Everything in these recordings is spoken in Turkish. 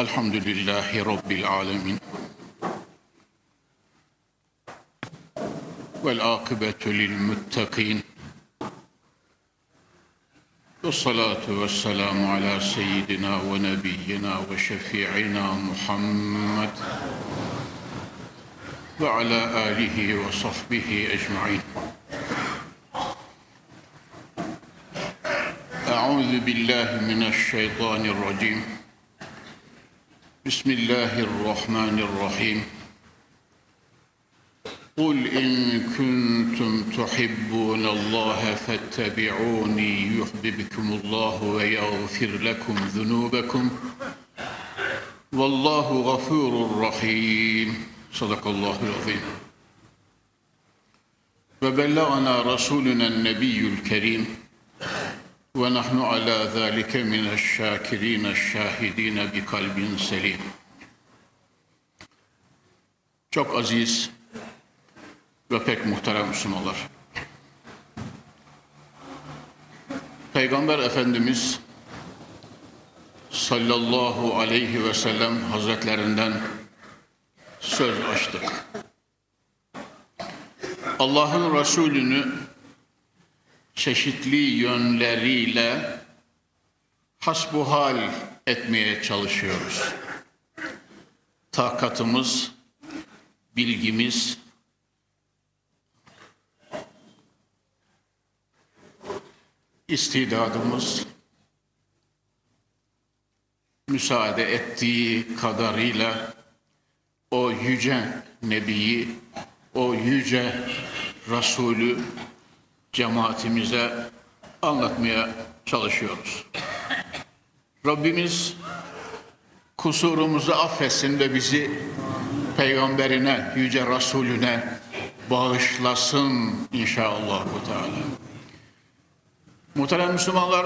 Elhamdülillahi Rabbil alemin. Vel akıbetu lil muttakin. Ve salatu ve selamu ala seyyidina ve nebiyyina ve şefi'ina Muhammed ve ala alihi ve sahbihi ecmain. Euzu billahi mineşşeytanirracim. Bismillahirrahmanirrahim. Kul in kuntum tuhibbunallaha fettabi'uni yuhibbukumullahu ve yaghfir lekum zunubakum. Vallahu gafurur rahim. Sadakallahul azim. Ve bellagana rasuluna nebiyyul kerim. Ve nahnu ala zâlike mineşşâkirîne şâhidîne bi kalbin selim. Çok aziz ve pek muhterem Müslümanlar. Peygamber Efendimiz sallallahu aleyhi ve sellem hazretlerinden söz açtık. Allah'ın Resulünü çeşitli yönleriyle hasbuhal etmeye çalışıyoruz. Takatımız, bilgimiz, istidadımız müsaade ettiği kadarıyla o yüce Nebi'yi, o yüce Resulü cemaatimize anlatmaya çalışıyoruz. Rabbimiz kusurumuzu affetsin ve bizi peygamberine, yüce Resulüne bağışlasın inşallah. Muhterem Müslümanlar,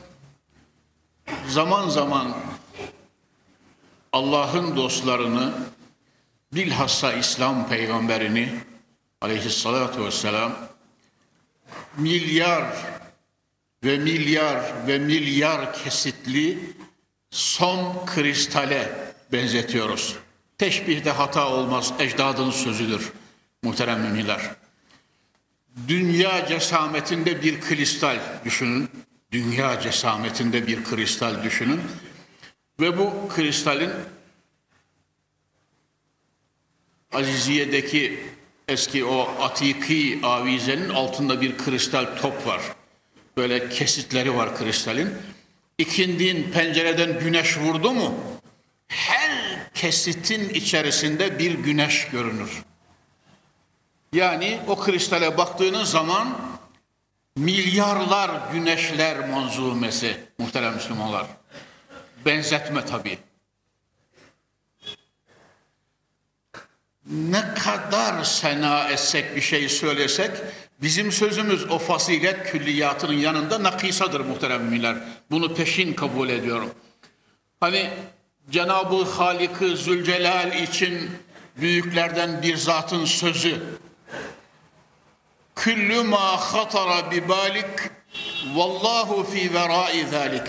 zaman zaman Allah'ın dostlarını, bilhassa İslam peygamberini aleyhissalatu vesselam milyar ve milyar ve milyar kesitli son kristale benzetiyoruz. Teşbihde hata olmaz, ecdadın sözüdür muhterem müminler. Dünya cesametinde bir kristal düşünün. Dünya cesametinde bir kristal düşünün. Ve bu kristalin Aziziye'deki eski o atiki avizenin altında bir kristal top var. Böyle kesitleri var kristalin. İkindin pencereden güneş vurdu mu her kesitin içerisinde bir güneş görünür. Yani o kristale baktığınız zaman milyarlar güneşler manzumesi muhterem Müslümanlar. Benzetme tabii. Ne kadar sena etsek, bir şey söylesek, bizim sözümüz o fazilet külliyatının yanında nakisadır muhterem müminler. Bunu peşin kabul ediyorum. Hani Cenab-ı Halik-ı Zülcelal için büyüklerden bir zatın sözü. Küllü ma hatara bi balik vallahu fi verai zalik.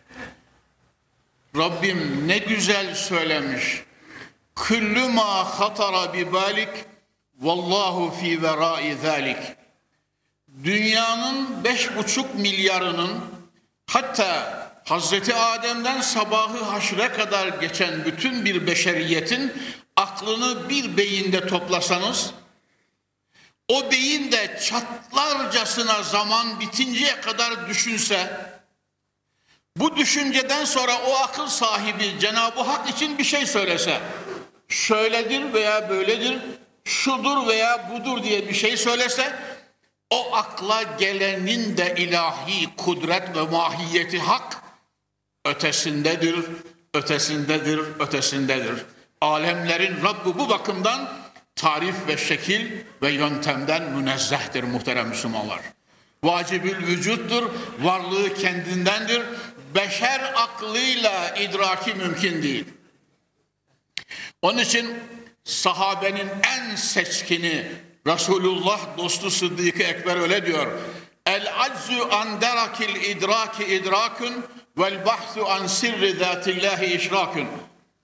Rabbim ne güzel söylemiş. Küllü ma hatara bi balik vallahu fi verai zalik. Dünyanın 5,5 milyarının, hatta Hazreti Adem'den sabahı haşre kadar geçen bütün bir beşeriyetin aklını bir beyinde toplasanız, o beyin de çatlarcasına zaman bitinceye kadar düşünse, bu düşünceden sonra o akıl sahibi Cenab-ı Hak için bir şey söylese, şöyledir veya böyledir, şudur veya budur diye bir şey söylese, o akla gelenin de ilahi kudret ve mahiyeti hak ötesindedir, ötesindedir, ötesindedir. Alemlerin Rabbi bu bakımdan tarif ve şekil ve yöntemden münezzehtir muhterem Müslümanlar. Vacibül vücuttur, varlığı kendindendir. Beşer aklıyla idraki mümkün değil. Onun için sahabenin en seçkini Resulullah dostu Sıddık-ı Ekber öyle diyor. El aczu an derakil idraki idrakun vel bahsu an sirri zatillahi işrakun.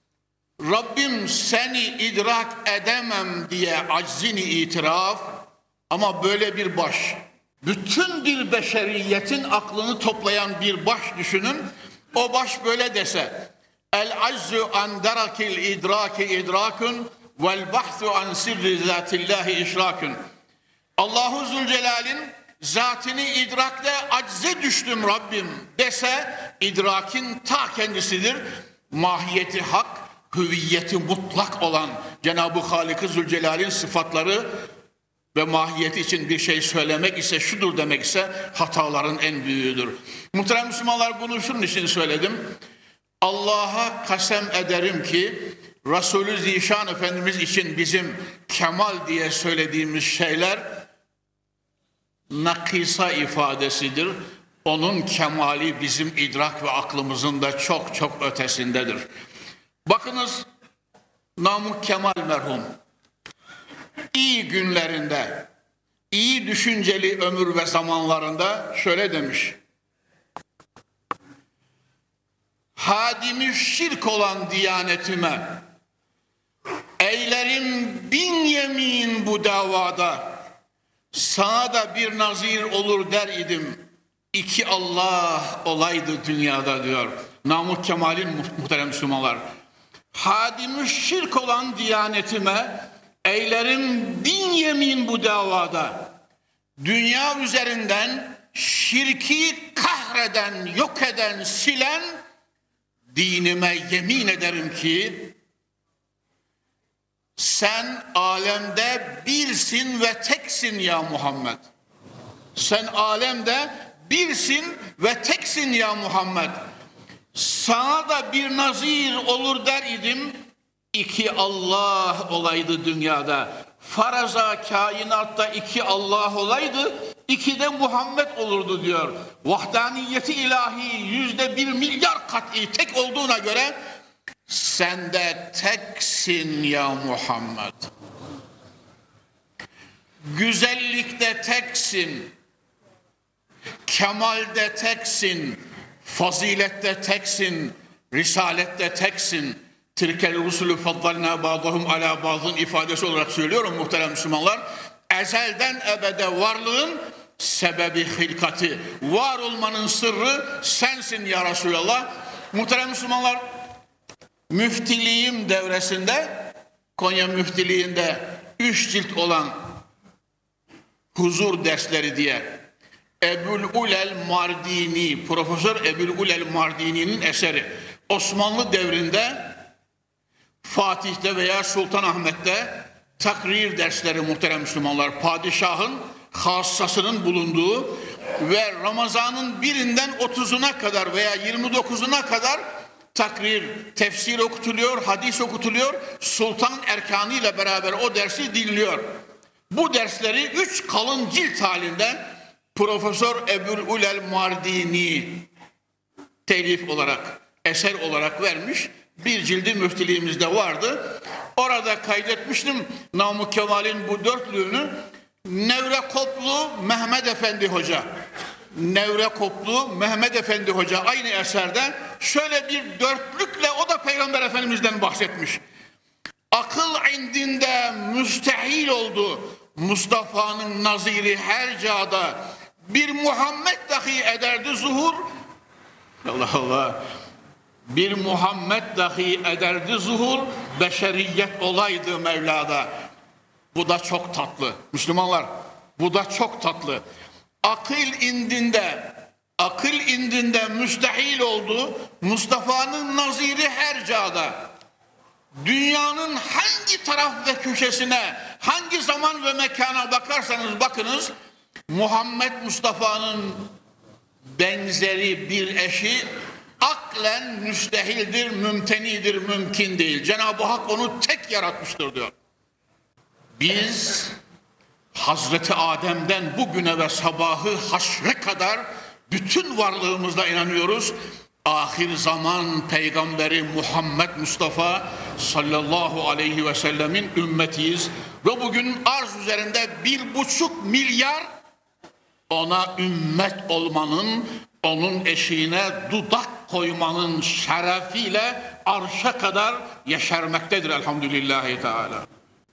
Rabbim seni idrak edemem diye aczini itiraf, ama böyle bir baş, bütün bir beşeriyetin aklını toplayan bir baş düşünün. O baş böyle dese: el azzu an darakil idraki idrakun vel bahsu an sirri zatillahi işrakun. Allahu Zülcelal'in zatini idrakle acze düştüm Rabbim dese, idrakin ta kendisidir. Mahiyeti hak, hüviyeti mutlak olan Cenab-ı Halik-i Zülcelal'in sıfatları ve mahiyeti için bir şey söylemek ise, şudur demek ise hataların en büyüğüdür. Muhterem Müslümanlar, bunu şunun için söyledim. Allah'a kasem ederim ki Resulü Zişan Efendimiz için bizim kemal diye söylediğimiz şeyler nakisa ifadesidir. Onun kemali bizim idrak ve aklımızın da çok çok ötesindedir. Bakınız, Namık Kemal merhum iyi günlerinde, iyi düşünceli ömür ve zamanlarında şöyle demiş: hadimi şirk olan diyanetime eylerim bin yemin bu davada, sana da bir nazir olur der idim, iki Allah olaydı dünyada diyor Namık Kemal'in muhterem Müslümanlar. Hadimi şirk olan diyanetime eylerim bin yemin bu davada, dünya üzerinden şirki kahreden, yok eden, silen dinime yemin ederim ki sen alemde birsin ve teksin ya Muhammed. Sen alemde birsin ve teksin ya Muhammed. Sana da bir nazir olur der idim, iki Allah olaydı dünyada. Faraza kainatta iki Allah olaydı, iki de Muhammed olurdu diyor. Vahdaniyeti ilahi %1 milyar kat'i tek olduğuna göre sen de teksin ya Muhammed. Güzellikte teksin, kemalde teksin, fazilette teksin, risalette teksin. Tilkel rusulü faddalna ba'dahum ala ba'dın ifadesi olarak söylüyorum muhterem Müslümanlar. Ezelden ebede varlığın sebebi hilkati, var olmanın sırrı sensin ya Resulallah. Muhterem Müslümanlar, müftiliğim devresinde, Konya müftiliğinde 3 cilt olan huzur dersleri diye Ebu'l-Ulel Mardini, Profesör Ebu'l-Ulel Mardini'nin eseri. Osmanlı devrinde Fatih'te veya Sultanahmet'te takrir dersleri muhterem Müslümanlar, padişahın hassasının bulunduğu ve Ramazan'ın 1'inden 30'una kadar veya 29'una kadar takrir, tefsir okutuluyor, hadis okutuluyor. Sultan erkanı ile beraber o dersi dinliyor. Bu dersleri 3 kalın cilt halinde Profesör Ebu'l-Ulel Mardini telif olarak, eser olarak vermiş. Bir cildi müftiliğimizde vardı. Orada kaydetmiştim Namık Kemal'in bu dörtlüğünü. Nevrekoplu Mehmet Efendi Hoca, Nevrekoplu Mehmet Efendi Hoca aynı eserde şöyle bir dörtlükle o da Peygamber Efendimiz'den bahsetmiş. Akıl indinde müstehil oldu Mustafa'nın naziri her çağda, bir Muhammed dahi ederdi zuhur. Allah Allah. Bir Muhammed dahi ederdi zuhur, beşeriyet olaydı Mevla'da. Bu da çok tatlı. Müslümanlar, bu da çok tatlı. Akıl indinde müstehil oldu Mustafa'nın naziri her çağda. Dünyanın hangi taraf ve köşesine, hangi zaman ve mekana bakarsanız bakınız, Muhammed Mustafa'nın benzeri bir eşi aklen müstehildir, mümtenidir, mümkün değil. Cenab-ı Hak onu tek yaratmıştır diyor. Biz Hazreti Adem'den bugüne ve sabahı haşre kadar bütün varlığımızla inanıyoruz. Ahir zaman peygamberi Muhammed Mustafa sallallahu aleyhi ve sellemin ümmetiyiz. Ve bugün arz üzerinde 1,5 milyar ona ümmet olmanın, onun eşiğine dudak koymanın şerefiyle arşa kadar yeşermektedir elhamdülillahi teala.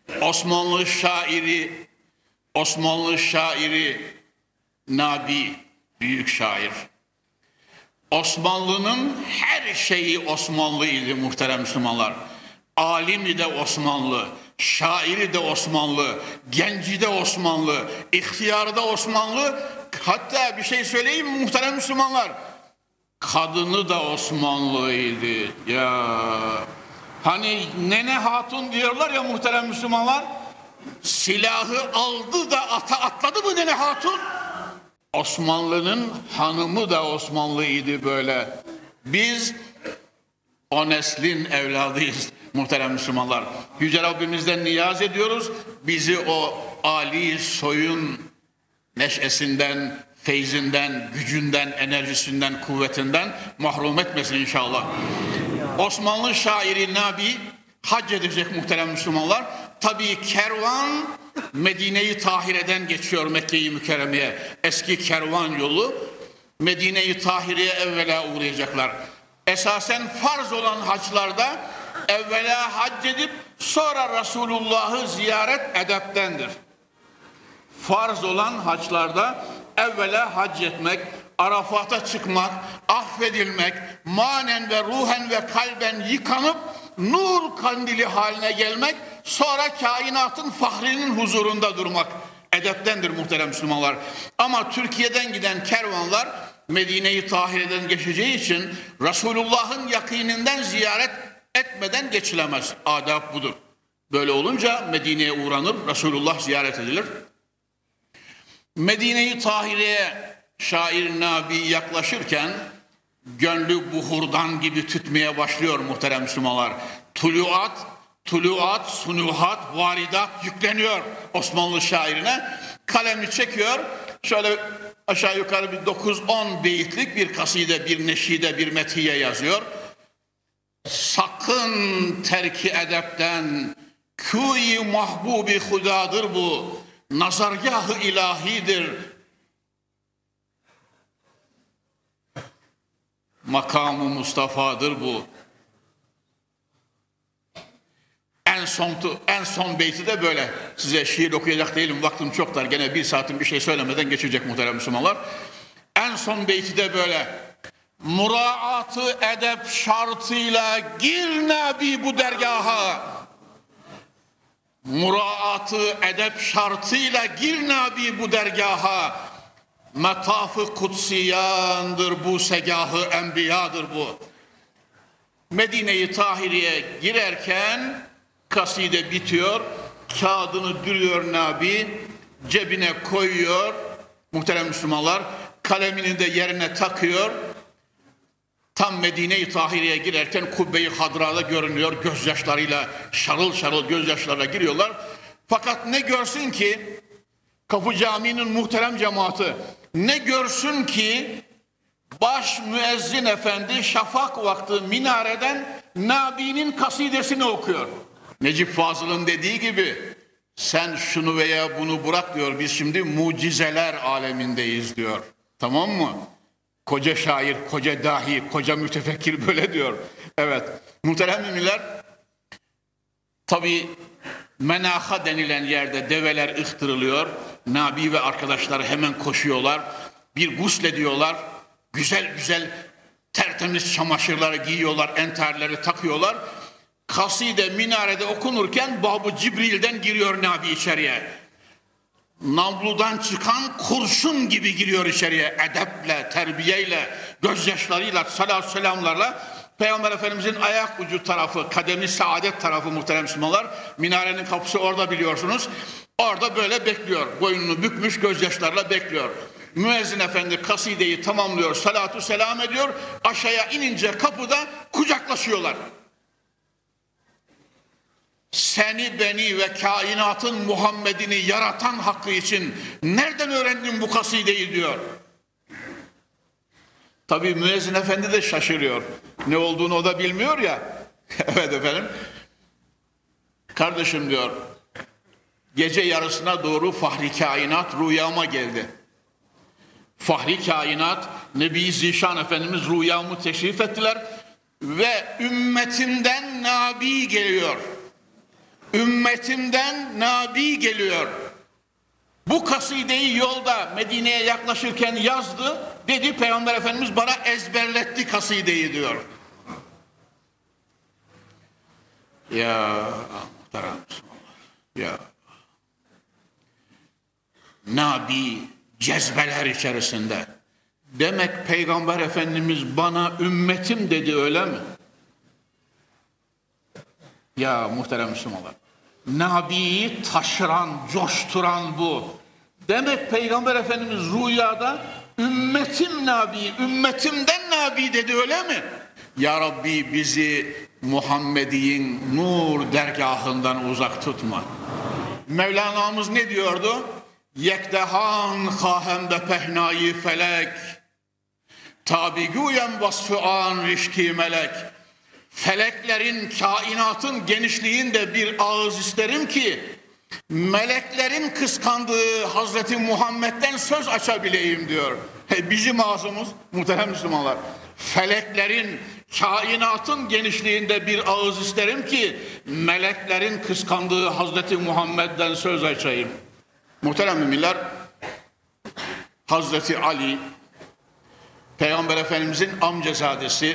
Osmanlı şairi Nabi, büyük şair. Osmanlı'nın her şeyi Osmanlıydı muhterem Müslümanlar. Alimi de Osmanlı, şairi de Osmanlı, genci de Osmanlı, ihtiyarı da Osmanlı. Hatta bir şey söyleyeyim mi muhterem Müslümanlar? Kadını da Osmanlıydı. Ya hani Nene Hatun diyorlar ya muhterem Müslümanlar. Silahı aldı da ata atladı mı Nene Hatun? Osmanlı'nın hanımı da Osmanlıydı böyle. Biz o neslin evladıyız muhterem Müslümanlar. Yüce Rabbimizden niyaz ediyoruz. Bizi o âli soyun neşesinden, feyzinden, gücünden, enerjisinden, kuvvetinden mahrum etmesin inşallah. Osmanlı şairi Nabi hac edecek muhterem Müslümanlar. Tabii kervan Medine-i Tahire'den geçiyor Mekke-i Mükerreme'ye. Eski kervan yolu Medine-i Tahire'ye evvela uğrayacaklar. Esasen farz olan haçlarda evvela hac edip sonra Resulullah'ı ziyaret edeptendir. Farz olan haçlarda evvela hac etmek, Arafat'a çıkmak, affedilmek, manen ve ruhen ve kalben yıkanıp nur kandili haline gelmek, sonra kainatın fahrinin huzurunda durmak edeptendir muhterem Müslümanlar. Ama Türkiye'den giden kervanlar Medine-i Tahire'den geçeceği için Resulullah'ın yakininden ziyaret etmeden geçilemez. Adab budur. Böyle olunca Medine'ye uğranır, Resulullah ziyaret edilir. Medine-i Tahire'ye şair Nabi yaklaşırken gönlü buhurdan gibi tütmeye başlıyor muhterem Müslümanlar. Tuluat, sunuhat, varidat yükleniyor Osmanlı şairine. Kalemi çekiyor. Şöyle aşağı yukarı bir 9-10 beyitlik bir kaside, bir neşide, bir methiye yazıyor. Sakın terki edepten, kûyi mahbubi hudadır bu, nazargâh-ı ilahidir. Makamı Mustafa'dır bu. En son beyti de böyle. Size şiir okuyacak değilim. Vaktim çok dar. Gene bir saatin bir şey söylemeden geçecek muhterem Müslümanlar. En son beyti de böyle. Muraatı edep şartıyla gir Nabi bu dergaha. Muraatı edep şartıyla gir Nabi bu dergaha. Metaf-ı kutsiyandır bu, segahı enbiyadır bu. Medine-i Tahire'ye girerken kaside bitiyor, kağıdını dürüyor Nabi, cebine koyuyor muhterem Müslümanlar, kalemini de yerine takıyor. Tam Medine-i Tahire'ye girerken Kubbe-i Hadra'da görünüyor, gözyaşlarıyla, şarıl şarıl gözyaşlarıyla giriyorlar. Fakat ne görsün ki Kapı Camii'nin muhterem cemaati, ne görsün ki baş müezzin efendi şafak vakti minareden Nabi'nin kasidesini okuyor. Necip Fazıl'ın dediği gibi sen şunu veya bunu bırak diyor, biz şimdi mucizeler alemindeyiz diyor. Tamam mı? Koca şair, koca dahi, koca mütefekkir böyle diyor. Evet muhterem müminler, tabi menaha denilen yerde develer ıhtırılıyor. Nabi ve arkadaşları hemen koşuyorlar. Bir guslediyorlar. Güzel güzel tertemiz çamaşırları giyiyorlar. Enterleri takıyorlar. Kaside minarede okunurken Bab-ı Cibril'den giriyor Nabi içeriye. Namludan çıkan kurşun gibi giriyor içeriye. Edeple, terbiyeyle, gözyaşlarıyla, salat selamlarla. Peygamber Efendimizin ayak ucu tarafı, kademi saadet tarafı muhterem Müslümanlar. Minarenin kapısı orada biliyorsunuz. Orada böyle bekliyor. Boynunu bükmüş gözyaşlarla bekliyor. Müezzin efendi kasideyi tamamlıyor. Salatu selam ediyor. Aşağıya inince kapıda kucaklaşıyorlar. Seni, beni ve kainatın Muhammed'ini yaratan hakkı için nereden öğrendin bu kasideyi diyor. Tabii müezzin efendi de şaşırıyor. Ne olduğunu o da bilmiyor ya. Evet efendim. Kardeşim diyor, gece yarısına doğru Fahri Kainat rüyama geldi. Fahri kainat Nebi Zişan Efendimiz rüyamı teşrif ettiler ve ümmetimden Nabi geliyor. Ümmetimden Nabi geliyor. Bu kasideyi yolda Medine'ye yaklaşırken yazdı. Dedi Peygamber Efendimiz bana ezberletti kasideyi diyor. Ya muhterem Müslümanlar. Ya. Nabi cezbeler içerisinde. Demek Peygamber Efendimiz bana ümmetim dedi, öyle mi? Ya muhterem Müslümanlar. Nabi'yi taşıran, coşturan bu. Demek Peygamber Efendimiz rüyada ümmetim Nabi, ümmetimden Nabi dedi, öyle mi? Ya Rabbi bizi Muhammed'in nur dergahından uzak tutma. Mevlana'mız ne diyordu? Yekdehan khahem be pehnayı felek, tabi güyen vasfı an rişki melek. Feleklerin, kainatın genişliğinde bir ağız isterim ki meleklerin kıskandığı Hazreti Muhammed'den söz açabileyim diyor. Bizim ağzımız muhterem Müslümanlar. Feleklerin, kainatın genişliğinde bir ağız isterim ki meleklerin kıskandığı Hazreti Muhammed'den söz açayım. Muhterem müminler, Hazreti Ali Peygamber Efendimizin amcazadesi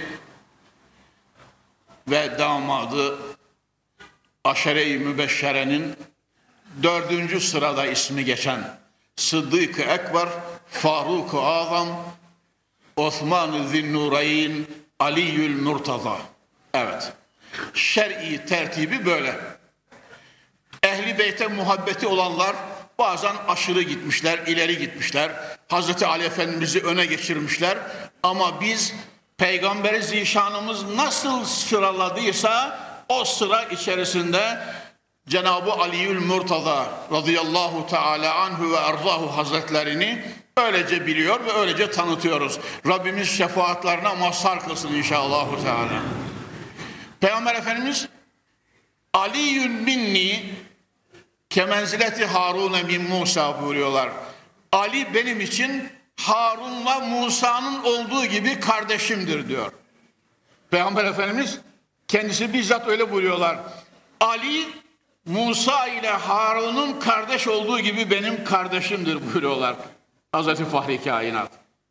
ve damadı, Aşere-i Mübeşşere'nin 4. sırada ismi geçen Sıddık-ı Ekber, Faruk-ı Azam, Osman-ı Zinnureyn, Ali'ül Murtaza. Evet, şer'i tertibi böyle. Ehli Beyt'e muhabbeti olanlar bazen aşırı gitmişler, ileri gitmişler. Hazreti Ali Efendimiz'i öne geçirmişler. Ama biz Peygamber-i Zişanımız nasıl sıraladıysa o sıra içerisinde Cenab-ı Ali'ül Murtaza radıyallahu teala anhu ve arzahu hazretlerini öylece biliyor ve öylece tanıtıyoruz. Rabbimiz şefaatlerine mazhar kılsın inşallah teala. Peygamber Efendimiz Ali'ün minni kemenzileti Harun'e min Musa buyuruyorlar. Ali benim için Harun'la Musa'nın olduğu gibi kardeşimdir diyor. Peygamber Efendimiz kendisi bizzat öyle buyuruyorlar. Ali Musa ile Harun'un kardeş olduğu gibi benim kardeşimdir buyuruyorlar. Hazreti Fahri Kainat.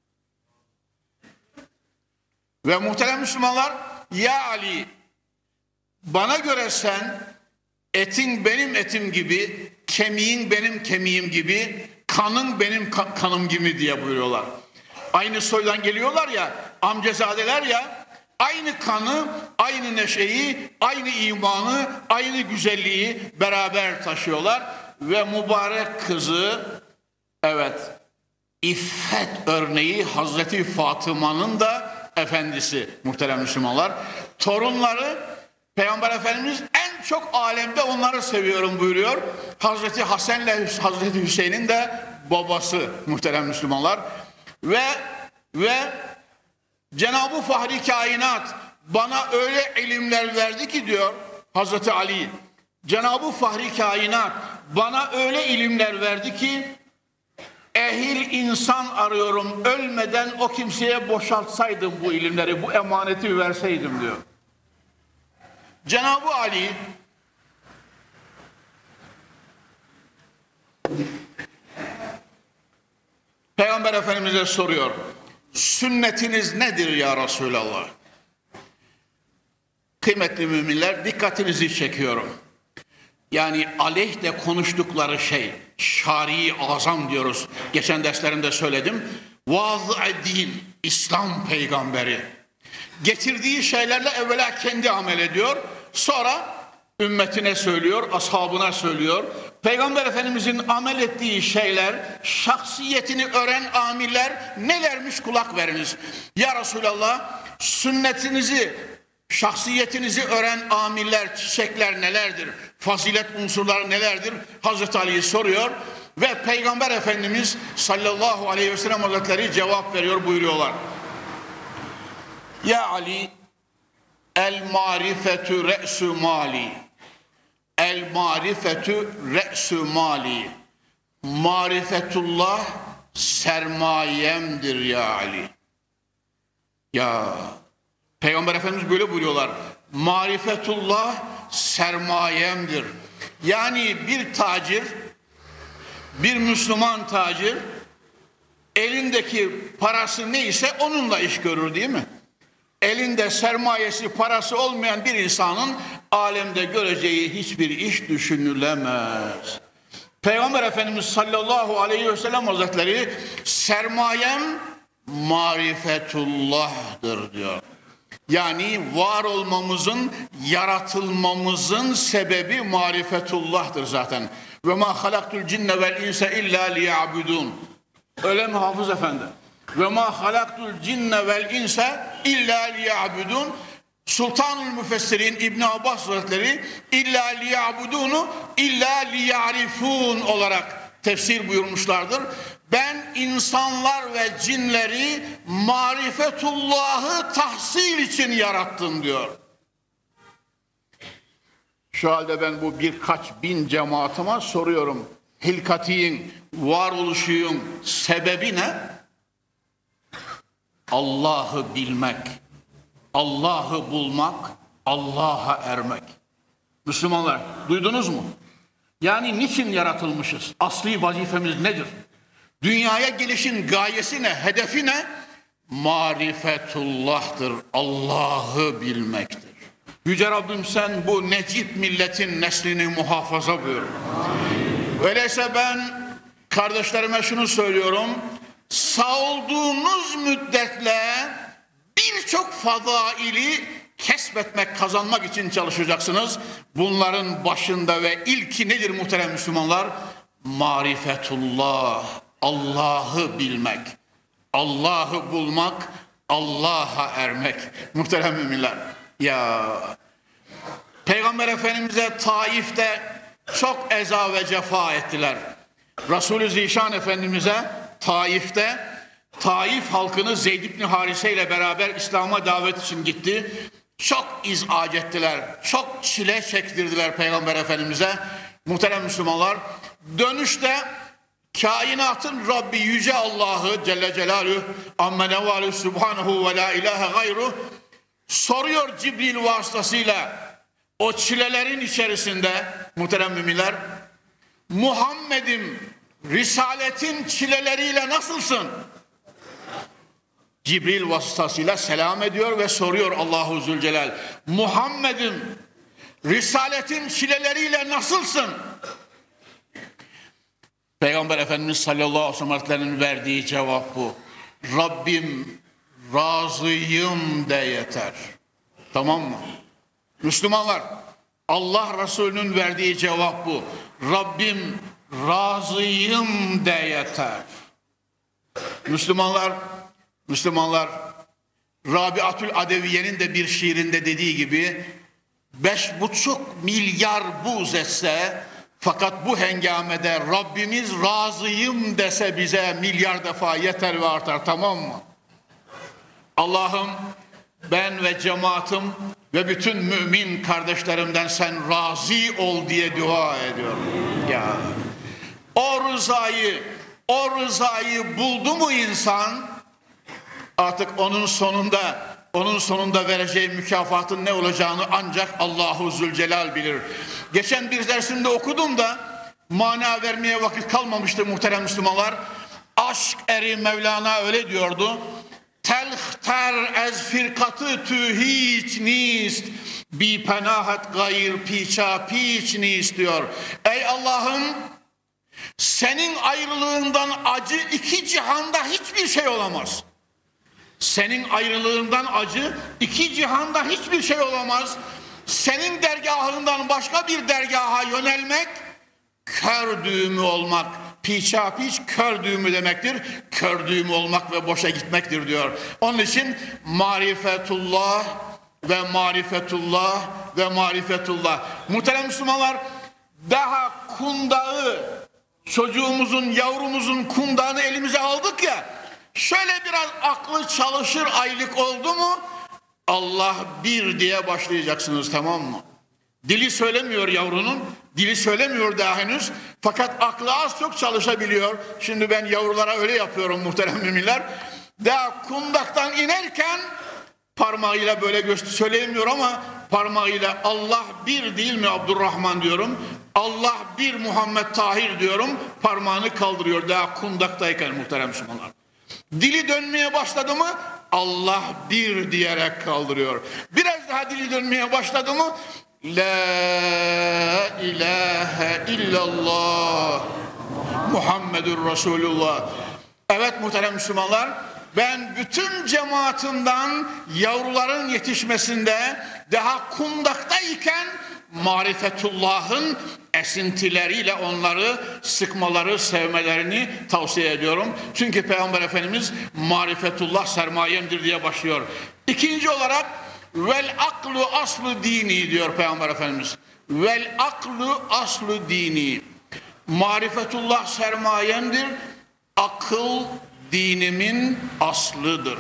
Ve muhterem Müslümanlar, ya Ali, bana göre sen etin benim etim gibi, kemiğin benim kemiğim gibi, kanın benim kanım gibi diye buyuruyorlar. Aynı soydan geliyorlar ya, amcazadeler ya, aynı kanı, aynı neşeyi, aynı imanı, aynı güzelliği beraber taşıyorlar. Ve mübarek kızı, evet, İffet örneği Hazreti Fatıma'nın da efendisi muhterem Müslümanlar. Torunları Peygamber Efendimiz en çok alemde onları seviyorum buyuruyor. Hazreti Hasan ile Hazreti Hüseyin'in de babası muhterem Müslümanlar. Ve Cenab-ı Fahri Kainat bana öyle ilimler verdi ki diyor Hazreti Ali. Cenab-ı Fahri Kainat bana öyle ilimler verdi ki ehil insan arıyorum, ölmeden o kimseye boşaltsaydım bu ilimleri, bu emaneti verseydim diyor. Cenab-ı Ali Peygamber Efendimiz'e soruyor. Sünnetiniz nedir ya Resulallah? Kıymetli müminler, dikkatinizi çekiyorum. Yani aleyhde konuştukları şey, şari azam diyoruz. Geçen derslerimde söyledim. Vaaz-ı din, İslam peygamberi. Getirdiği şeylerle evvela kendi amel ediyor. Sonra ümmetine söylüyor, ashabına söylüyor. Peygamber Efendimizin amel ettiği şeyler, şahsiyetini öğren amiller nelermiş kulak veriniz. Ya Resulallah, sünnetinizi, şahsiyetinizi öğren amiller, çiçekler nelerdir? Fazilet unsurları nelerdir? Hazreti Ali'yi soruyor ve Peygamber Efendimiz sallallahu aleyhi ve sellem Hazretleri cevap veriyor, buyuruyorlar. Ya Ali, el marifetü re'sü mali. El marifetü re'sü mali. Marifetullah sermayemdir ya Ali. Ya Peygamber Efendimiz böyle buyuruyorlar. Marifetullah sermayemdir. Yani bir tacir, bir Müslüman tacir elindeki parası neyse onunla iş görür değil mi? Elinde sermayesi, parası olmayan bir insanın alemde göreceği hiçbir iş düşünülemez. Peygamber Efendimiz sallallahu aleyhi ve sellem Hazretleri sermayem marifetullah'dır diyor. Yani var olmamızın, yaratılmamızın sebebi marifetullah'tır zaten. Ve ma halaktul cinne vel insa illa liya'budun. Öyle mi Hafız Efendi? Ve ma halaktul cinne vel insa illa liya'budun. Sultanul Müfessirin İbn Abbas Hazretleri illa liya'budunu illa liya'rifun olarak tefsir buyurmuşlardır. Ben insanlar ve cinleri marifetullah'ı tahsil için yarattım diyor. Şu halde ben bu birkaç bin cemaatıma soruyorum. Hilkatiyin, varoluşuyun sebebi ne? Allah'ı bilmek, Allah'ı bulmak, Allah'a ermek. Müslümanlar duydunuz mu? Yani niçin yaratılmışız? Asli vazifemiz nedir? Dünyaya gelişin gayesi ne? Hedefi ne? Marifetullah'tır. Allah'ı bilmektir. Yüce Rabbim sen bu necip milletin neslini muhafaza buyur. Öyleyse ben kardeşlerime şunu söylüyorum. Sağ olduğunuz müddetle birçok fadaili kesbetmek, kazanmak için çalışacaksınız. Bunların başında ve ilki nedir muhterem Müslümanlar? Marifetullah, Allah'ı bilmek, Allah'ı bulmak, Allah'a ermek. Muhterem müminler. Ya Peygamber Efendimiz'e Taif'te çok eza ve cefa ettiler. Resulü Zişan Efendimiz'e Taif'te Taif halkını Zeyd ibn Harise ile beraber İslam'a davet için gitti. Çok izac ettiler, çok çile çektirdiler Peygamber Efendimiz'e. Muhterem Müslümanlar, dönüşte kainatın Rabbi Yüce Allah'ı Celle Celaluhu amme nevalu subhanahu ve la ilahe gayru soruyor Cibril vasıtasıyla o çilelerin içerisinde muhterem müminler, Muhammed'im Risaletin çileleriyle nasılsın? Cibril vasıtasıyla selam ediyor ve soruyor Allahu Zülcelal. Muhammed'im Risaletin çileleriyle nasılsın? Peygamber Efendimiz sallallahu aleyhi ve sellem'in verdiği cevap bu. Rabbim razıyım de yeter. Tamam mı? Müslümanlar, Allah Resulü'nün verdiği cevap bu. Rabbim razıyım de yeter. Müslümanlar, Rabiatül Adeviye'nin de bir şiirinde dediği gibi 5,5 milyar buğz etse fakat bu hengamede Rabbimiz razıyım dese bize milyar defa yeter ve artar, tamam mı? Allah'ım ben ve cemaatim ve bütün mümin kardeşlerimden sen razı ol diye dua ediyorum. Ya o rızayı buldu mu insan artık onun sonunda vereceği mükafatın ne olacağını ancak Allahu Zülcelal bilir. Geçen bir dersimde okudum da mana vermeye vakit kalmamıştı muhterem Müslümanlar. Aşk eri Mevlana öyle diyordu. Telhter ez firkatı tü hiç nist, bi penahet gayr piça piç nist diyor. Ey Allah'ım senin ayrılığından acı iki cihanda hiçbir şey olamaz. Senin ayrılığından acı iki cihanda hiçbir şey olamaz. Senin dergahından başka bir dergaha yönelmek kör düğümü olmak. Piça piç kör düğümü demektir. Kör düğümü olmak ve boşa gitmektir diyor. Onun için marifetullah ve marifetullah ve marifetullah. Muhterem Müslümanlar, daha kundağı, çocuğumuzun, yavrumuzun kundağını elimize aldık ya, şöyle biraz aklı çalışır aylık oldu mu Allah bir diye başlayacaksınız, tamam mı? Dili söylemiyor yavrunun, dili söylemiyor daha henüz. Fakat aklı az çok çalışabiliyor. Şimdi ben yavrulara öyle yapıyorum muhterem müminler. Daha kundaktan inerken parmağıyla böyle söyleyemiyor ama parmağıyla Allah bir değil mi Abdurrahman diyorum. Allah bir Muhammed Tahir diyorum. Parmağını kaldırıyor daha kundaktayken muhterem Müslümanlar. Dili dönmeye başladı mı Allah bir diyerek kaldırıyor. Biraz daha dili dönmeye başladı mı La ilahe illallah Muhammedur Resulullah. Evet muhterem Müslümanlar, ben bütün cemaatimden yavruların yetişmesinde daha kundaktayken marifetullah'ın esintileriyle onları sıkmaları, sevmelerini tavsiye ediyorum. Çünkü Peygamber Efendimiz marifetullah sermayemdir diye başlıyor. İkinci olarak vel aklu aslu dini diyor Peygamber Efendimiz. Vel aklu aslu dini. Marifetullah sermayemdir. Akıl dinimin aslıdır.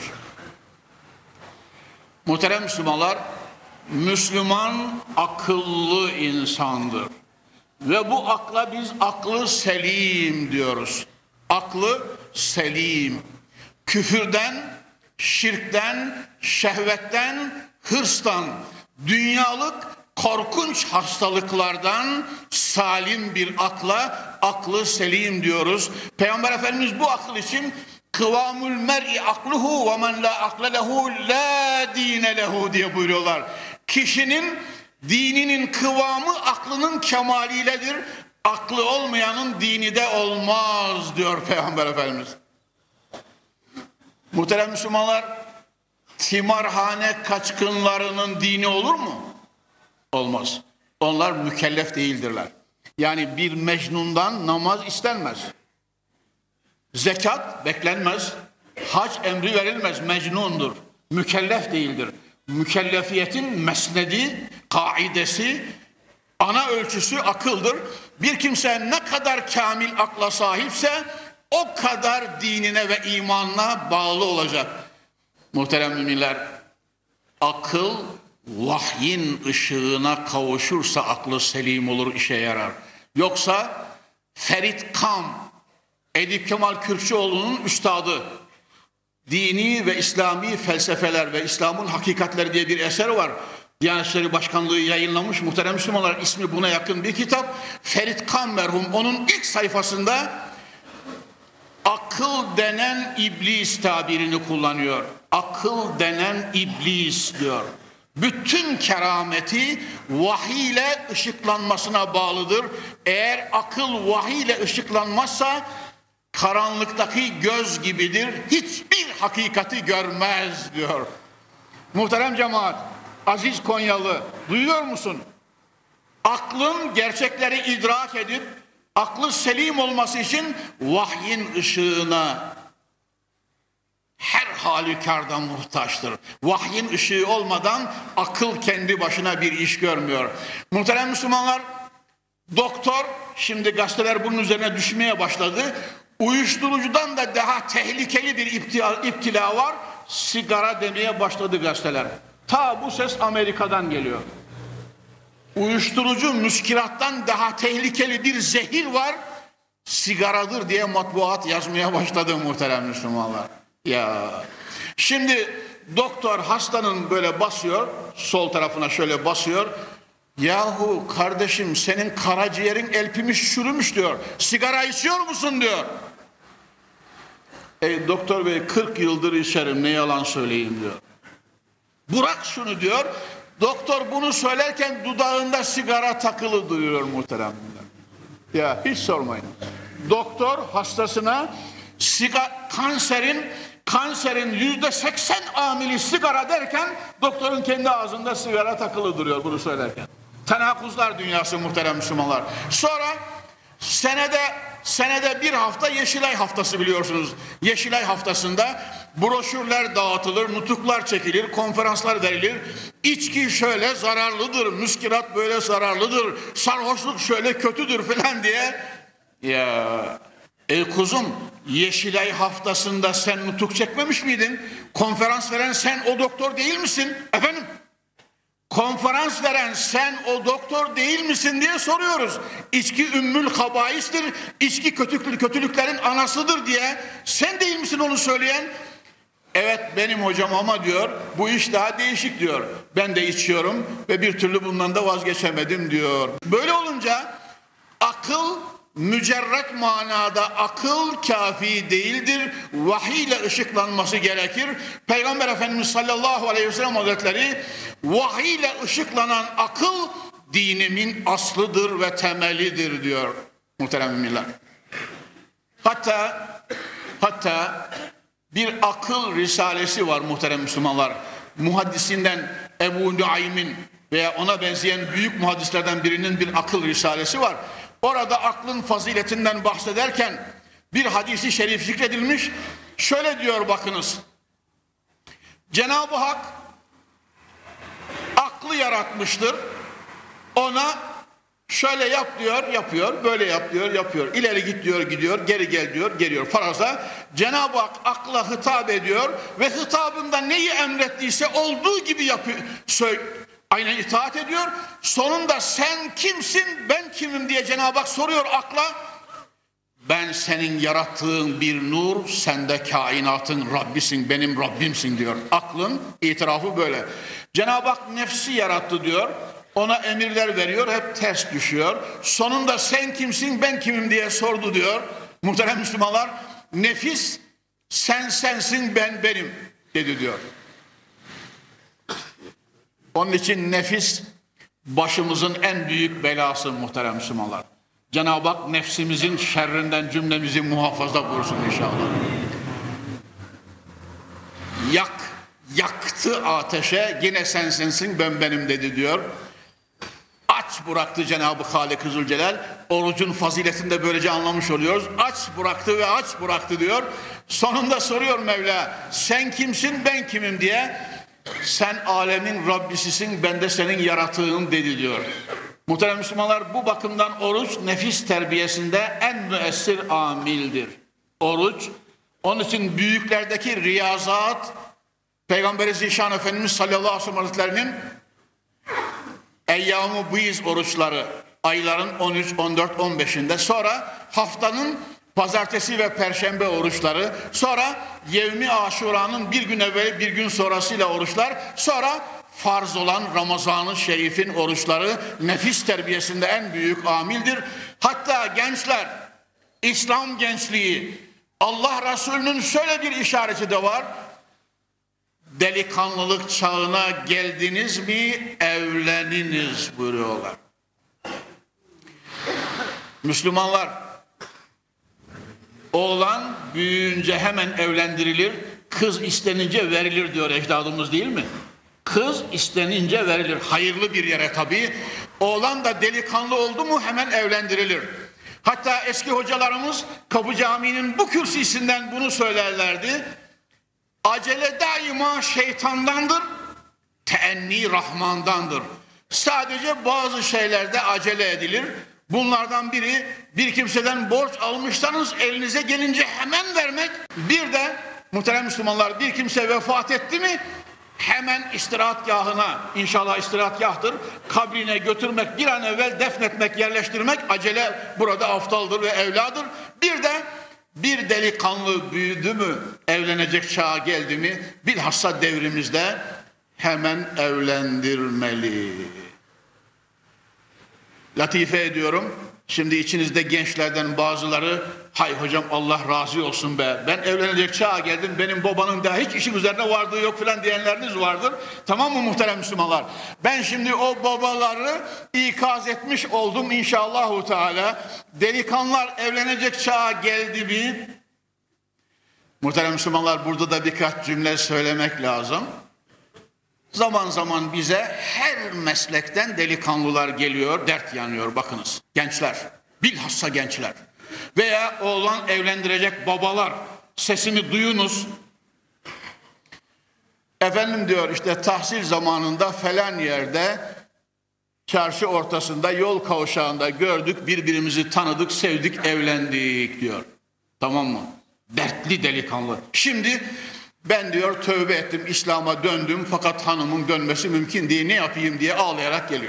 Muhterem Müslümanlar, Müslüman akıllı insandır. Ve bu akla biz aklı selim diyoruz. Aklı selim. Küfürden, şirkten, şehvetten, hırstan, dünyalık korkunç hastalıklardan salim bir akla aklı selim diyoruz. Peygamber Efendimiz bu akıl için kıvamul mer'i akluhu ve men la akle lehu la dine lehu diye buyuruyorlar. Kişinin dininin kıvamı aklının kemaliyledir. Aklı olmayanın dini de olmaz diyor Peygamber Efendimiz. Muhterem Müslümanlar, timarhane kaçkınlarının dini olur mu? Olmaz. Onlar mükellef değildirler. Yani bir mecnundan namaz istenmez. Zekat beklenmez. Hac emri verilmez. Mecnundur. Mükellef değildir. Mükellefiyetin mesnedi, kaidesi, ana ölçüsü akıldır. Bir kimse ne kadar kamil akla sahipse o kadar dinine ve imanına bağlı olacak. Muhterem müminler, akıl vahyin ışığına kavuşursa aklı selim olur, işe yarar. Yoksa Ferit Kam, Edip Kemal Kürkçüoğlu'nun üstadı, Dini ve İslami Felsefeler ve İslam'ın Hakikatleri diye bir eser var. Diyanet İşleri Başkanlığı yayınlamış muhterem Müslümanlar, ismi buna yakın bir kitap. Ferit Kam merhum onun ilk sayfasında akıl denen iblis tabirini kullanıyor. Akıl denen iblis diyor. Bütün kerameti vahiy ile ışıklanmasına bağlıdır. Eğer akıl vahiy ile ışıklanmazsa karanlıktaki göz gibidir. Hiçbir hakikati görmez diyor. Muhterem cemaat, aziz Konyalı, duyuyor musun? Aklın gerçekleri idrak edip aklı selim olması için vahyin ışığına her halükarda muhtaçtır. Vahyin ışığı olmadan akıl kendi başına bir iş görmüyor. Muhterem Müslümanlar, doktor, şimdi gazeteler bunun üzerine düşmeye başladı. Uyuşturucudan da daha tehlikeli bir iptila var. Sigara demeye başladı gazeteler. Ta bu ses Amerika'dan geliyor. Uyuşturucu, müskirattan daha tehlikeli bir zehir var. Sigaradır diye matbuat yazmaya başladı muhterem Müslümanlar. Ya şimdi doktor hastanın böyle basıyor, sol tarafına şöyle basıyor. Yahu kardeşim, senin karaciğerin elpimiş, çürümüş diyor. Sigara içiyor musun diyor. Doktor bey 40 yıldır içerim, ne yalan söyleyeyim diyor. Bırak şunu diyor. Doktor bunu söylerken dudağında sigara takılı duruyor muhteremler. Ya hiç sormayın. Doktor hastasına kanserin %80 amili sigara derken doktorun kendi ağzında sigara takılı duruyor bunu söylerken. Tenakuzlar dünyası muhterem Müslümanlar. Sonra senede bir hafta Yeşilay haftası biliyorsunuz. Yeşilay haftasında broşürler dağıtılır, nutuklar çekilir, konferanslar verilir. İçki şöyle zararlıdır, müskirat böyle zararlıdır, sarhoşluk şöyle kötüdür falan diye. Ya kuzum, Yeşilay haftasında sen nutuk çekmemiş miydin? Konferans veren sen o doktor değil misin? Efendim? konferans veren sen o doktor değil misin diye soruyoruz. İçki ümmül habaistir, içki kötülüklerin anasıdır diye. Sen değil misin onu söyleyen? Evet benim hocam ama diyor bu iş daha değişik diyor. Ben de içiyorum ve bir türlü bundan da vazgeçemedim diyor. Böyle olunca akıl mücerret manada akıl kafi değildir. Vahiy ile ışıklanması gerekir. Peygamber Efendimiz sallallahu aleyhi ve sellem Hazretleri vahiy ile ışıklanan akıl dinimin aslıdır ve temelidir diyor muhterem müminler. Hatta bir akıl risalesi var muhterem Müslümanlar. Muhaddisinden Ebu Nuaym'in veya ona benzeyen büyük muhaddislerden birinin bir akıl risalesi var. Orada aklın faziletinden bahsederken bir hadisi şerif zikredilmiş. Şöyle diyor bakınız. Cenab-ı Hak aklı yaratmıştır. Ona şöyle yap diyor, yapıyor. Böyle yap diyor, yapıyor. İleri git diyor, gidiyor. Geri gel diyor, geliyor. Faraza Cenab-ı Hak akla hitap ediyor ve hitabında neyi emrettiyse olduğu gibi yapıyor. Aynen itaat ediyor. Sonunda sen kimsin, ben kimim diye Cenab-ı Hak soruyor akla. Ben senin yarattığın bir nur, sen de kainatın Rabbisin, benim Rabbimsin diyor. Aklın itirafı böyle. Cenab-ı Hak nefsi yarattı diyor. Ona emirler veriyor, hep ters düşüyor. Sonunda sen kimsin, ben kimim diye sordu diyor. Muhterem Müslümanlar, nefis sen sensin, ben benim dedi diyor. Onun için nefis başımızın en büyük belası muhterem Müslümanlar. Cenab-ı Hak nefsimizin şerrinden cümlemizi muhafaza buyursun inşallah. Yaktı ateşe, yine sen sensin, ben benim dedi diyor. Aç bıraktı Cenab-ı Halik-i Zülcelal. Orucun faziletini de böylece anlamış oluyoruz. Aç bıraktı ve aç bıraktı diyor. Sonunda soruyor Mevla, sen kimsin, ben kimim diye. Sen alemin Rabbisisin, ben de senin yarattığın dedi diyor. Muhterem Müslümanlar, bu bakımdan oruç nefis terbiyesinde en müessir amildir. Oruç, onun için büyüklerdeki riyazat, Peygamber-i Zişan Efendimiz sallallahu aleyhi ve sellem Hazretleri'nin Eyyam-ı Bîz oruçları, ayların 13, 14, 15'inde, sonra haftanın pazartesi ve perşembe oruçları, sonra Yevmi Aşura'nın bir gün evveli bir gün sonrasıyla oruçlar, sonra farz olan Ramazan-ı Şerif'in oruçları nefis terbiyesinde en büyük amildir. Hatta gençler, İslam gençliği, Allah Resulü'nün şöyle bir işareti de var. Delikanlılık çağına geldiniz mi evleniniz buyuruyorlar. Müslümanlar, oğlan büyüyünce hemen evlendirilir, kız istenince verilir diyor ecdadımız değil mi? Kız istenince verilir, hayırlı bir yere tabii. Oğlan da delikanlı oldu mu hemen evlendirilir. Hatta eski hocalarımız Kapı Camii'nin bu kürsüsünden bunu söylerlerdi. Acele daima şeytandandır, teenni Rahman'dandır. Sadece bazı şeylerde acele edilir. Bunlardan biri, bir kimseden borç almışsanız elinize gelince hemen vermek. Bir de muhterem Müslümanlar, bir kimse vefat etti mi hemen istirahatgahına, inşallah istirahatgahtır, kabrine götürmek, bir an evvel defnetmek, yerleştirmek, acele burada aftaldır ve evladır. Bir de bir delikanlı büyüdü mü, evlenecek çağa geldi mi, bilhassa devrimizde hemen evlendirmeli. Latife ediyorum. Şimdi içinizde gençlerden bazıları, hay hocam Allah razı olsun be, ben evlenecek çağa geldim, benim babanın da hiç işim üzerine vardığı yok filan diyenleriniz vardır. Tamam mı muhterem Müslümanlar? Ben şimdi o babaları ikaz etmiş oldum inşallahu teala. Delikanlılar evlenecek çağa geldi mi? Muhterem Müslümanlar, burada da birkaç cümle söylemek lazım. Zaman zaman bize her meslekten delikanlılar geliyor, dert yanıyor bakınız. Gençler, bilhassa gençler veya oğlan evlendirecek babalar, sesimi duyunuz. Efendim diyor, işte tahsil zamanında falan yerde, çarşı ortasında, yol kavşağında gördük, birbirimizi tanıdık, sevdik, evlendik diyor. Tamam mı? Dertli delikanlı. Şimdi Ben diyor tövbe ettim, İslam'a döndüm fakat hanımın dönmesi mümkün değil, ne yapayım diye ağlayarak geliyor.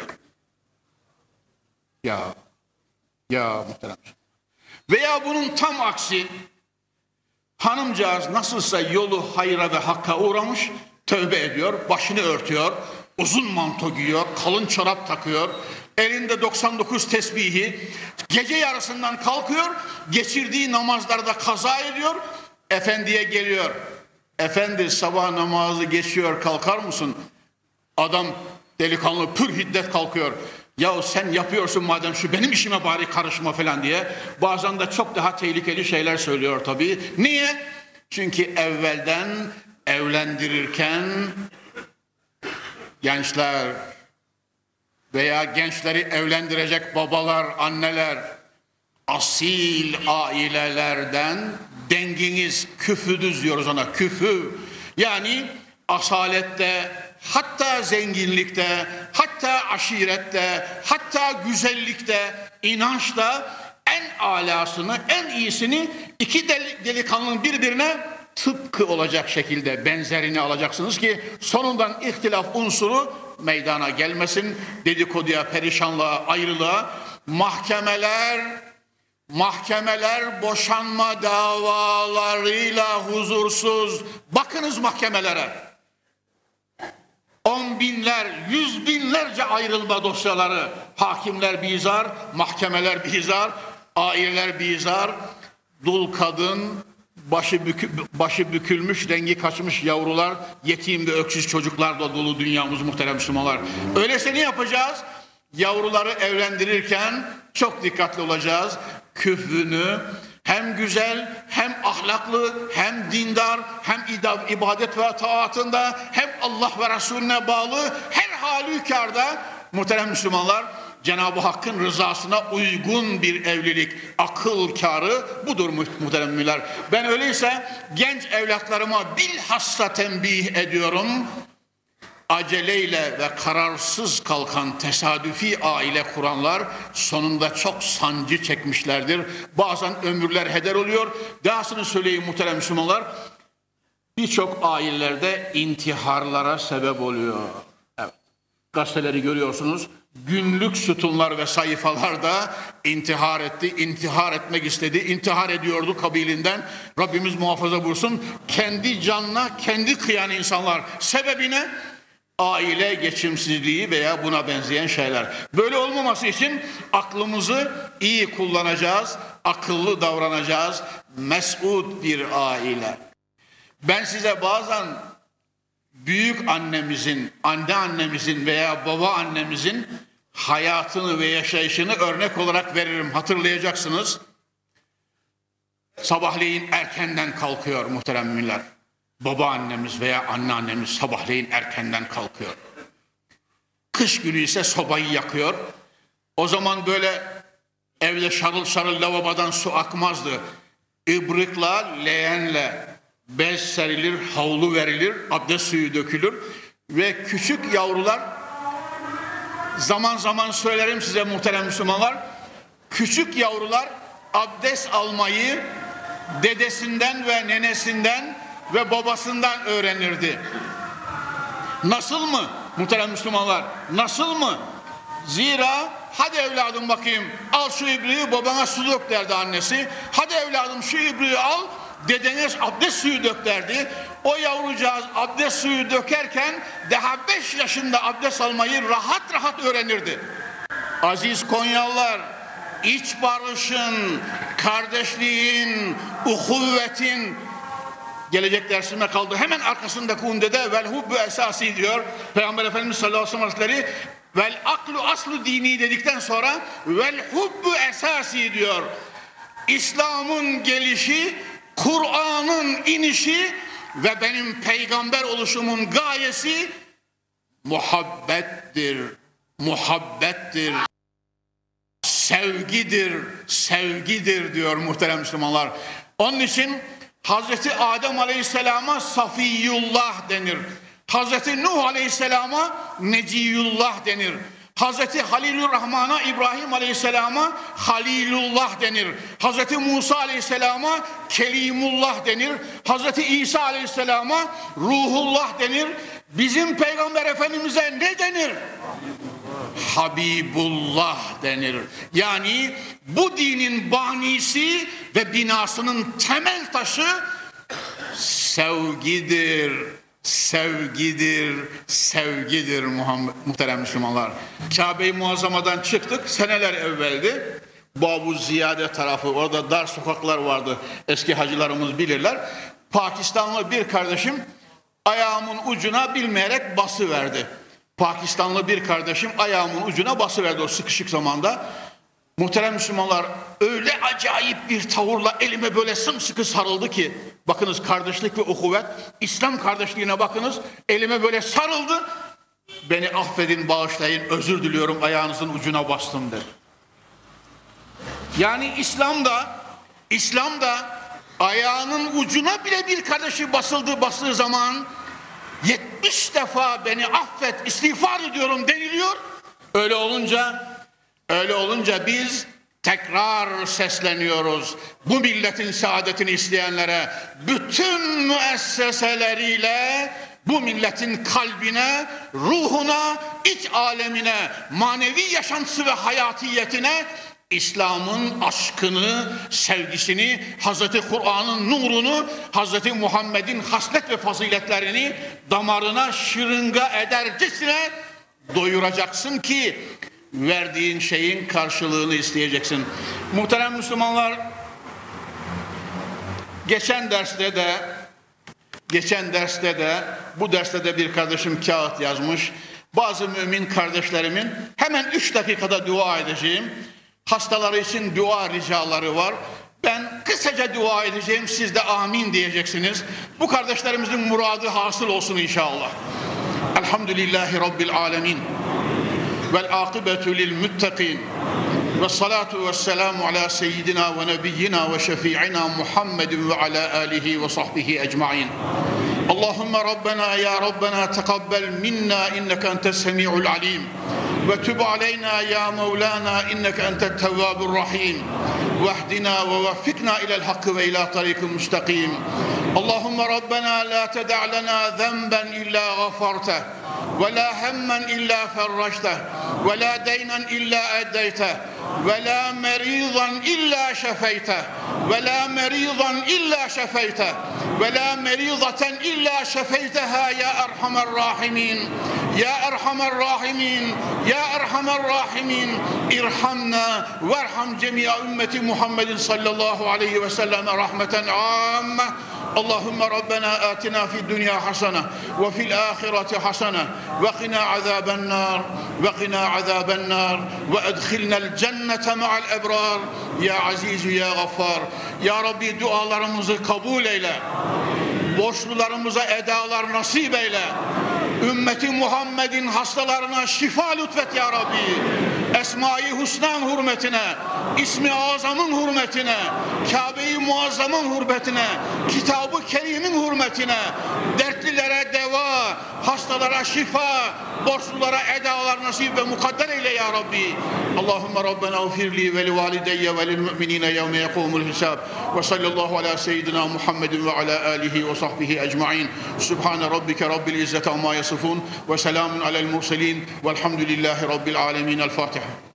Ya muhterem. Veya bunun tam aksi, hanımcağız nasılsa yolu hayra ve hakka uğramış, tövbe ediyor, başını örtüyor, uzun manto giyiyor, kalın çorap takıyor, elinde 99 tesbihi, gece yarısından kalkıyor, geçirdiği namazlarda kaza ediyor, efendiye geliyor. Efendi sabah namazı geçiyor, kalkar mısın? Adam delikanlı pür hiddet kalkıyor. Ya sen yapıyorsun madem, şu benim işime bari karışma falan diye. Bazen de çok daha tehlikeli şeyler söylüyor tabii. Niye? Çünkü evvelden evlendirirken gençler veya gençleri evlendirecek babalar, anneler, asil ailelerden denginiz, küfüdüz diyoruz ona, küfü. Yani asalette, hatta zenginlikte, hatta aşirette, hatta güzellikte, inançta en alasını, en iyisini iki delikanlının birbirine tıpkı olacak şekilde benzerini alacaksınız ki sonundan ihtilaf unsuru meydana gelmesin, dedikoduya, perişanlığa, ayrılığa. Mahkemeler boşanma davalarıyla huzursuz. Bakınız mahkemelere. 10 binler, 100 binlerce ayrılma dosyaları. Hakimler bizar, mahkemeler bizar, aileler bizar. Dul kadın, başı bükülmüş, rengi kaçmış yavrular, yetim ve öksüz çocuklar da dolu dünyamız muhterem Müslümanlar. Öyleyse ne yapacağız? Yavruları evlendirirken çok dikkatli olacağız. Küfrünü hem güzel, hem ahlaklı, hem dindar, hem ibadet ve taatında, hem Allah ve Resulüne bağlı, her halükarda muhterem Müslümanlar, Cenab-ı Hakk'ın rızasına uygun bir evlilik, akıl kârı budur muhterem müminler. Ben öyleyse genç evlatlarıma bilhassa tembih ediyorum. Aceleyle ve kararsız kalkan tesadüfi aile kuranlar sonunda çok sancı çekmişlerdir. Bazen ömürler heder oluyor. Dahasını söyleyeyim muhterem Müslümanlar. Birçok ailelerde intiharlara sebep oluyor. Evet. Gazeteleri görüyorsunuz. Günlük sütunlar ve sayfalarda intihar etti, intihar etmek istedi, intihar ediyordu kabilinden. Rabbimiz muhafaza buyursun. Kendi canına kendi kıyan insanlar. Sebebi ne? Aile geçimsizliği veya buna benzeyen şeyler. Böyle olmaması için aklımızı iyi kullanacağız, akıllı davranacağız. Mes'ud bir aile. Ben size bazen büyük annemizin, anne annemizin veya baba annemizin hayatını ve yaşayışını örnek olarak veririm. Hatırlayacaksınız. Sabahleyin erkenden kalkıyor muhterem müminler. Baba annemiz veya anneannemiz sabahleyin erkenden kalkıyor. Kış günü ise sobayı yakıyor. O zaman böyle evde şarıl şarıl lavabodan su akmazdı. İbrikla, leğenle bez serilir, havlu verilir, abdest suyu dökülür ve küçük yavrular, zaman zaman söylerim size muhterem Müslümanlar, küçük yavrular abdest almayı dedesinden ve nenesinden ve babasından öğrenirdi. Nasıl mı muhterem Müslümanlar? Nasıl mı? Zira hadi evladım bakayım al şu ibriği, babana su dök derdi annesi. Hadi evladım şu ibriği al, dedeniz abdest suyu dök derdi. O yavrucağız abdest suyu dökerken daha 5 yaşında abdest almayı rahat rahat öğrenirdi. Aziz Konyalılar, iç barışın, kardeşliğin, uhuvvetin, gelecek dersime kaldı. Hemen arkasındaki undede vel hubbu esasi diyor. Peygamber Efendimiz sallallahu aleyhi ve sellem Hazretleri vel aklu aslu dini dedikten sonra vel hubbu esasi diyor. İslam'ın gelişi, Kur'an'ın inişi ve benim peygamber oluşumun gayesi muhabbettir. Muhabbettir. Sevgidir. Sevgidir diyor muhterem Müslümanlar. Onun için Hazreti Adem Aleyhisselam'a Safiyullah denir. Hazreti Nuh Aleyhisselam'a Neciyullah denir. Hazreti Halilurrahman'a, İbrahim Aleyhisselam'a Halilullah denir. Hazreti Musa Aleyhisselam'a Kelimullah denir. Hazreti İsa Aleyhisselam'a Ruhullah denir. Bizim Peygamber Efendimiz'e ne denir? Habibullah denir. Yani bu dinin banisi ve binasının temel taşı sevgidir. Sevgidir, sevgidir muhterem Müslümanlar. Kabe-i Muazzama'dan çıktık, seneler evveldi. Babu Ziyade tarafı, orada dar sokaklar vardı. Eski hacılarımız bilirler. Pakistanlı bir kardeşim ayağımın ucuna bilmeyerek basıverdi. Pakistanlı bir kardeşim ayağımın ucuna basıverdi o sıkışık zamanda. Muhterem Müslümanlar, öyle acayip bir tavırla elime böyle sımsıkı sarıldı ki, bakınız kardeşlik ve ukuvvet, İslam kardeşliğine bakınız, elime böyle sarıldı. Beni affedin, bağışlayın, özür diliyorum, ayağınızın ucuna bastım dedi. Yani İslam'da ayağının ucuna bile bir kardeşi bastığı zaman 70 defa beni affet, istiğfar ediyorum deniliyor. Öyle olunca biz tekrar sesleniyoruz. Bu milletin saadetini isteyenlere, bütün müesseseleriyle bu milletin kalbine, ruhuna, iç alemine, manevi yaşantısı ve hayatiyetine İslam'ın aşkını, sevgisini, Hazreti Kur'an'ın nurunu, Hazreti Muhammed'in haslet ve faziletlerini damarına şırınga edercesine doyuracaksın ki verdiğin şeyin karşılığını isteyeceksin. Muhterem Müslümanlar, geçen derste de bu derste de bir kardeşim kağıt yazmış. Bazı mümin kardeşlerimin hemen 3 dakikada dua edeceğim. Hastaları için dua ricaları var. Ben kısaca dua edeceğim, siz de amin diyeceksiniz. Bu kardeşlerimizin muradı hasıl olsun inşallah. Elhamdülillahi Rabbil alemin. Vel akibetu lil muttaqin. Ve salatu ve selamu ala seyyidina ve nebiyyina ve şefi'ina Muhammedin ve ala alihi ve sahbihi ecmain. Allahümme Rabbena ya Rabbena teqabbel minna inneke entes semi'ul alim. Ve tub aleyna ya Mevlana inneke entet tevvabur rahim. Vehdina ve veffikna ilel hakkı ve ila tariqin müstakim. Allahümme Rabbena la ted'a lana zenben illa gafarteh. ولا هما إلا فرجته ولا دينا إلا أديته ولا مريضا إلا شفيته ولا مريضا إلا شفيته ولا مريضة إلا شفيتها يا أرحم الراحمين يا أرحم الراحمين يا أرحم الراحمين ارحمنا وارحم جميع أمة محمد صلى الله عليه وسلم رحمة عامة. اللهم ربنا آتنا في الدنيا حسنة وفي الآخرة حسنة وقنا عذاب النار وقنا عذاب النار وأدخلنا الجنة مع الأبرار يا عزيز يا غفار. Ya Rabbi, dualarımızı kabul eyle. Borçlularımıza edalar nasip eyle. Ümmeti Muhammed'in hastalarına şifa lütfet ya Rabbi. Esma-i Husna'nın hürmetine, İsmi Azam'ın hürmetine, Kabe-i Muazzam'ın hürmetine, Kitab-ı Kerim'in hürmetine, dertlilere deva, hastalara şifa, borçlulara edalar nasip ve mukadder eyle ya Rabbi. Allahümme Rabbena ufirli ve li valideyye ve lil müminine yevme yekumul hisab. Ve sallallahu ala seyyidina Muhammedin ve ala alihi ve sahbihi ecma'in. Sübhane Rabbike Rabbil izzeti amma yasifun ve selamun alel murselin velhamdülillahi Rabbil alemin. El Fatiha.